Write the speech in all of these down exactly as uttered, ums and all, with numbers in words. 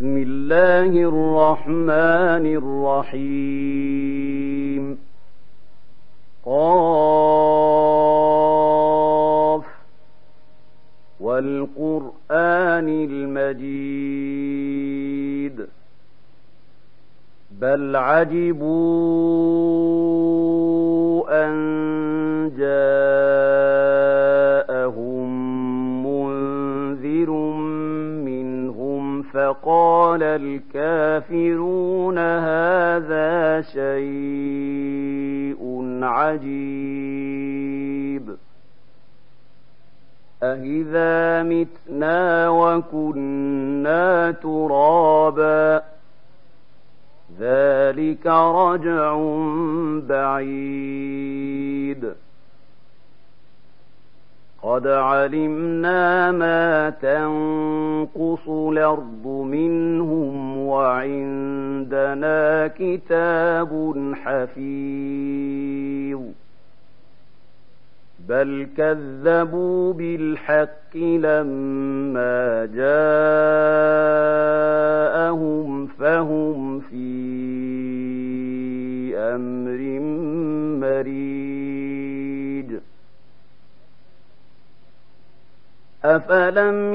بسم الله الرحمن الرحيم. قاف والقرآن المجيد بل عجبوا أن جاءهم منذر منهم فقال الكافرون هذا شيء عجيب أإذا متنا وكنا ترابا ذلك رجع بعيد قد علمنا ما تنقص الأرض منهم وعندنا كتاب حفيظ بل كذبوا بالحق لما جاءهم فهم في أمر مريج أفلم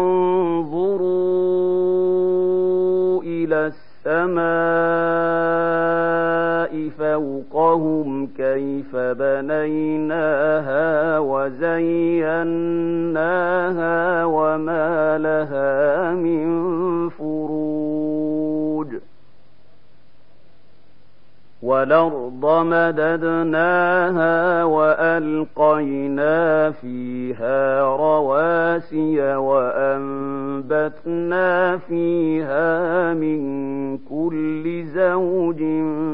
ينظروا إلى السماء فوقهم كيف بنيناها وزيناها وما لها من فروج والأرض مددناها وألقينا فيها رواسي وأنبتنا فيها من كل زوج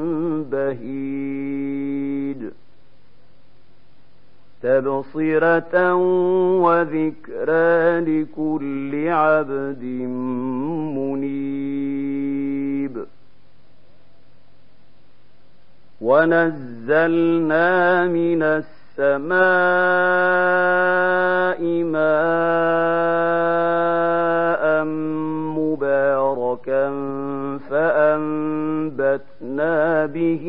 بهيج تبصرة وذكرى لكل عبد منيب ونزلنا من السماء ماء مباركا فأنبتنا به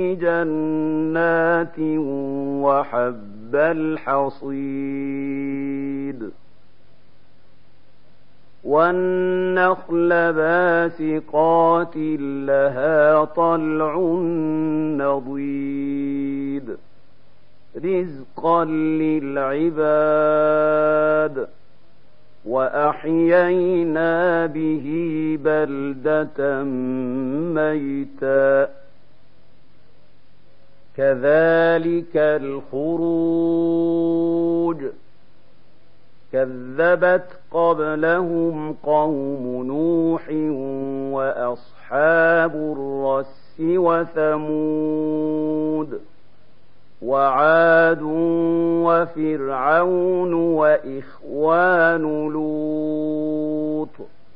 جنات وحب الحصيد والنخل باسقات لها طلع نضيد رزقا للعباد وأحيينا به بلدة ميتا كذلك الخروج كذبت قبلهم قوم نوح وأصحاب الرس وثمود وعاد وفرعون وإخوان لوط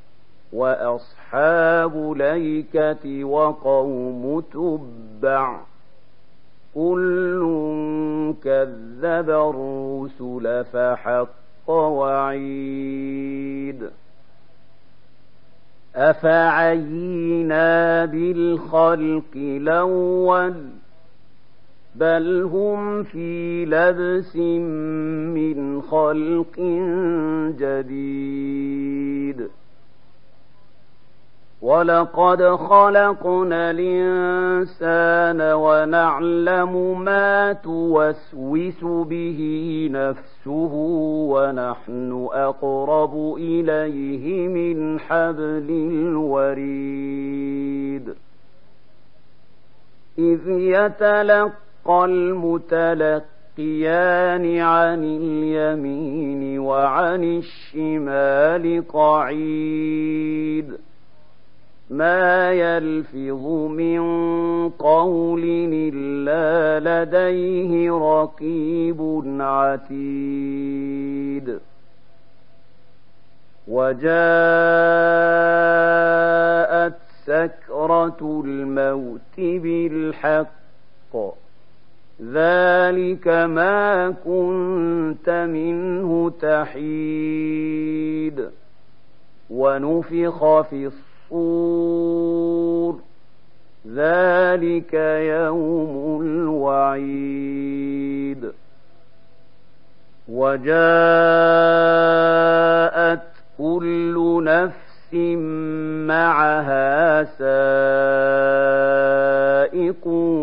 وأصحاب الأيكة وقوم تبع كل كذب الرسل فحق وعيد أفعينا بالخلق الأول بل هم في لبس من خلق جديد ولقد خلقنا الإنسان ونعلم ما توسوس به نفسه ونحن أقرب إليه من حبل الوريد إذ يتلقى المتلقيان عن اليمين وعن الشمال قعيد ما يلفظ من قول إلا لديه رقيب عتيد وجاءت سكرة الموت بالحق ذلك ما كنت منه تحيد ونفخ في الصور مكفور ذلك يوم الوعيد وجاءت كل نفس معها سائق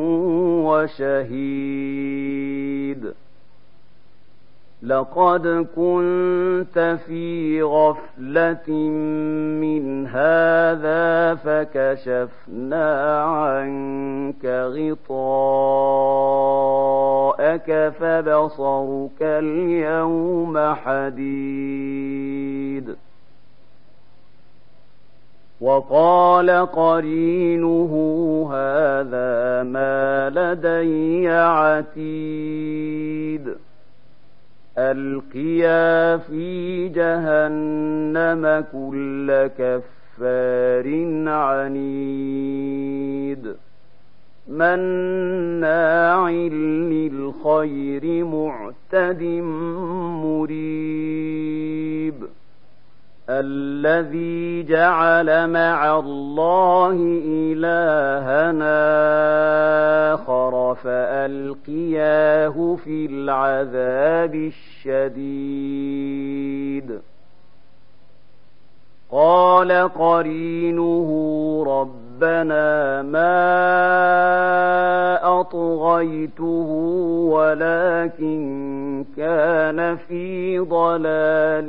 وشهيد لقد كنت في غفلة من هذا فكشفنا عنك غطاءك فبصرك اليوم حديد وقال قرينه هذا ما لدي عتيد ألقيا في جهنم كل كفار عنيد مناع للخير معتد مريب الذي جعل مع الله إلهنا آخر فألقياه في العذاب الشديد قال قرينه ربنا ما أطغيته ولكن كان في ضلال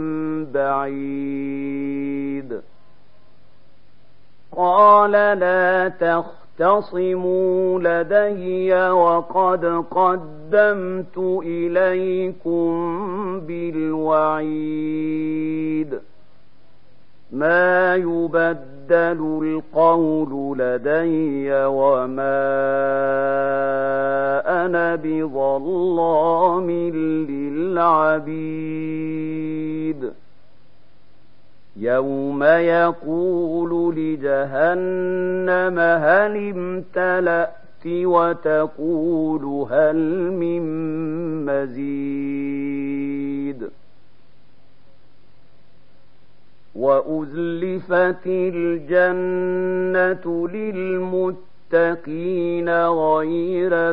بعيد قال لا تختصموا لدي وقد قدمت إليكم بالوعيد ما يبدل القول لدي وما أنا بظلام للعبيد يوم يقول لجهنم هل امتلأت وتقول هل من مزيد وأزلفت الجنة للمتقين غير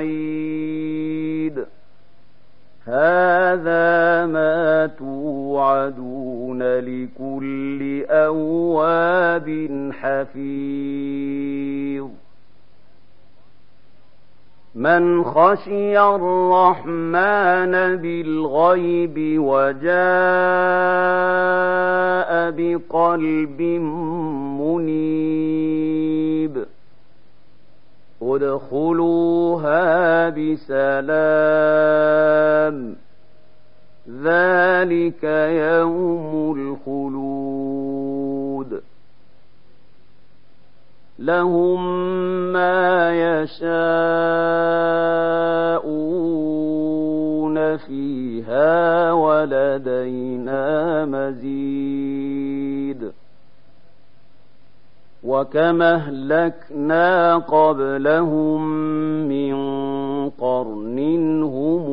بعيد هذا ما توعدون لكل أواب حفيظ من خشي الرحمن بالغيب وجاء بقلب منيب ادخلوها بسلام ذلك يوم الخلود لهم ما يشاءون فيها ولدينا مزيد وكما أهلكنا قبلهم من قرن هم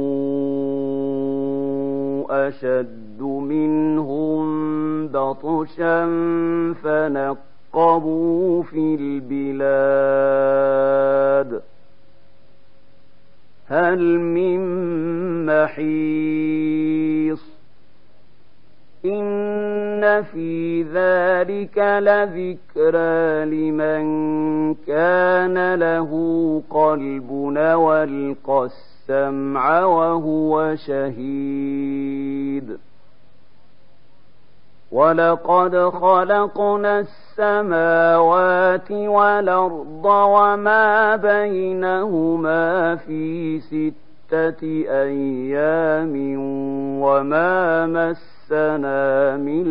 أشد منهم بطشا فنقبوا في البلاد هل من محيص إن في ذلك لذكرى لمن كان له قلب والقى السمع وهو شهيد ولقد خلقنا السماوات والأرض وما بينهما في ستة أيام وما مسنا من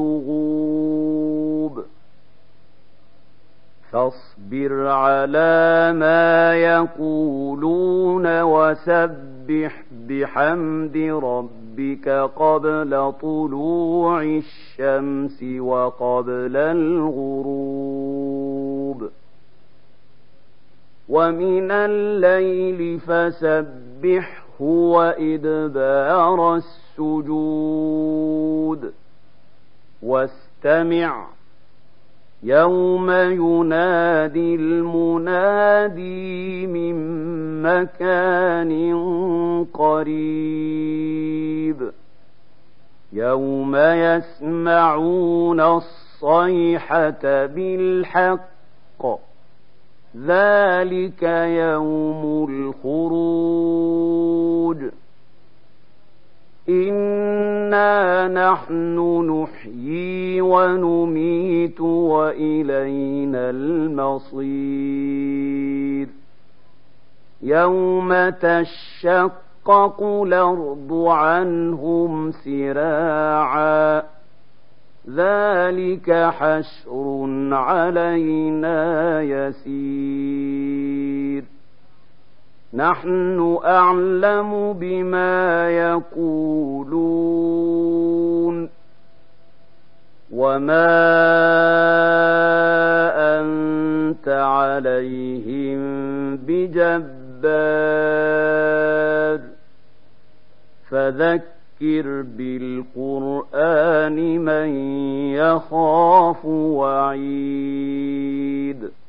لغوب فاصبر على ما يقولون وسبح بحمد ربك قبل طلوع الشمس وقبل الغروب ومن الليل فسبحه وإدبار السجود واستمع يوم ينادي المنادي من مكان قريب يوم يسمعون الصيحة بالحق ذلك يوم الخروج إنا نحن نحيي ونميت وإلينا المصير يوم تشقق الأرض عنهم سراعا ذلك حشر علينا يسير نحن أعلم بما يقولون وما أنت عليهم بجبار فذكر بالقرآن من يخاف وعيد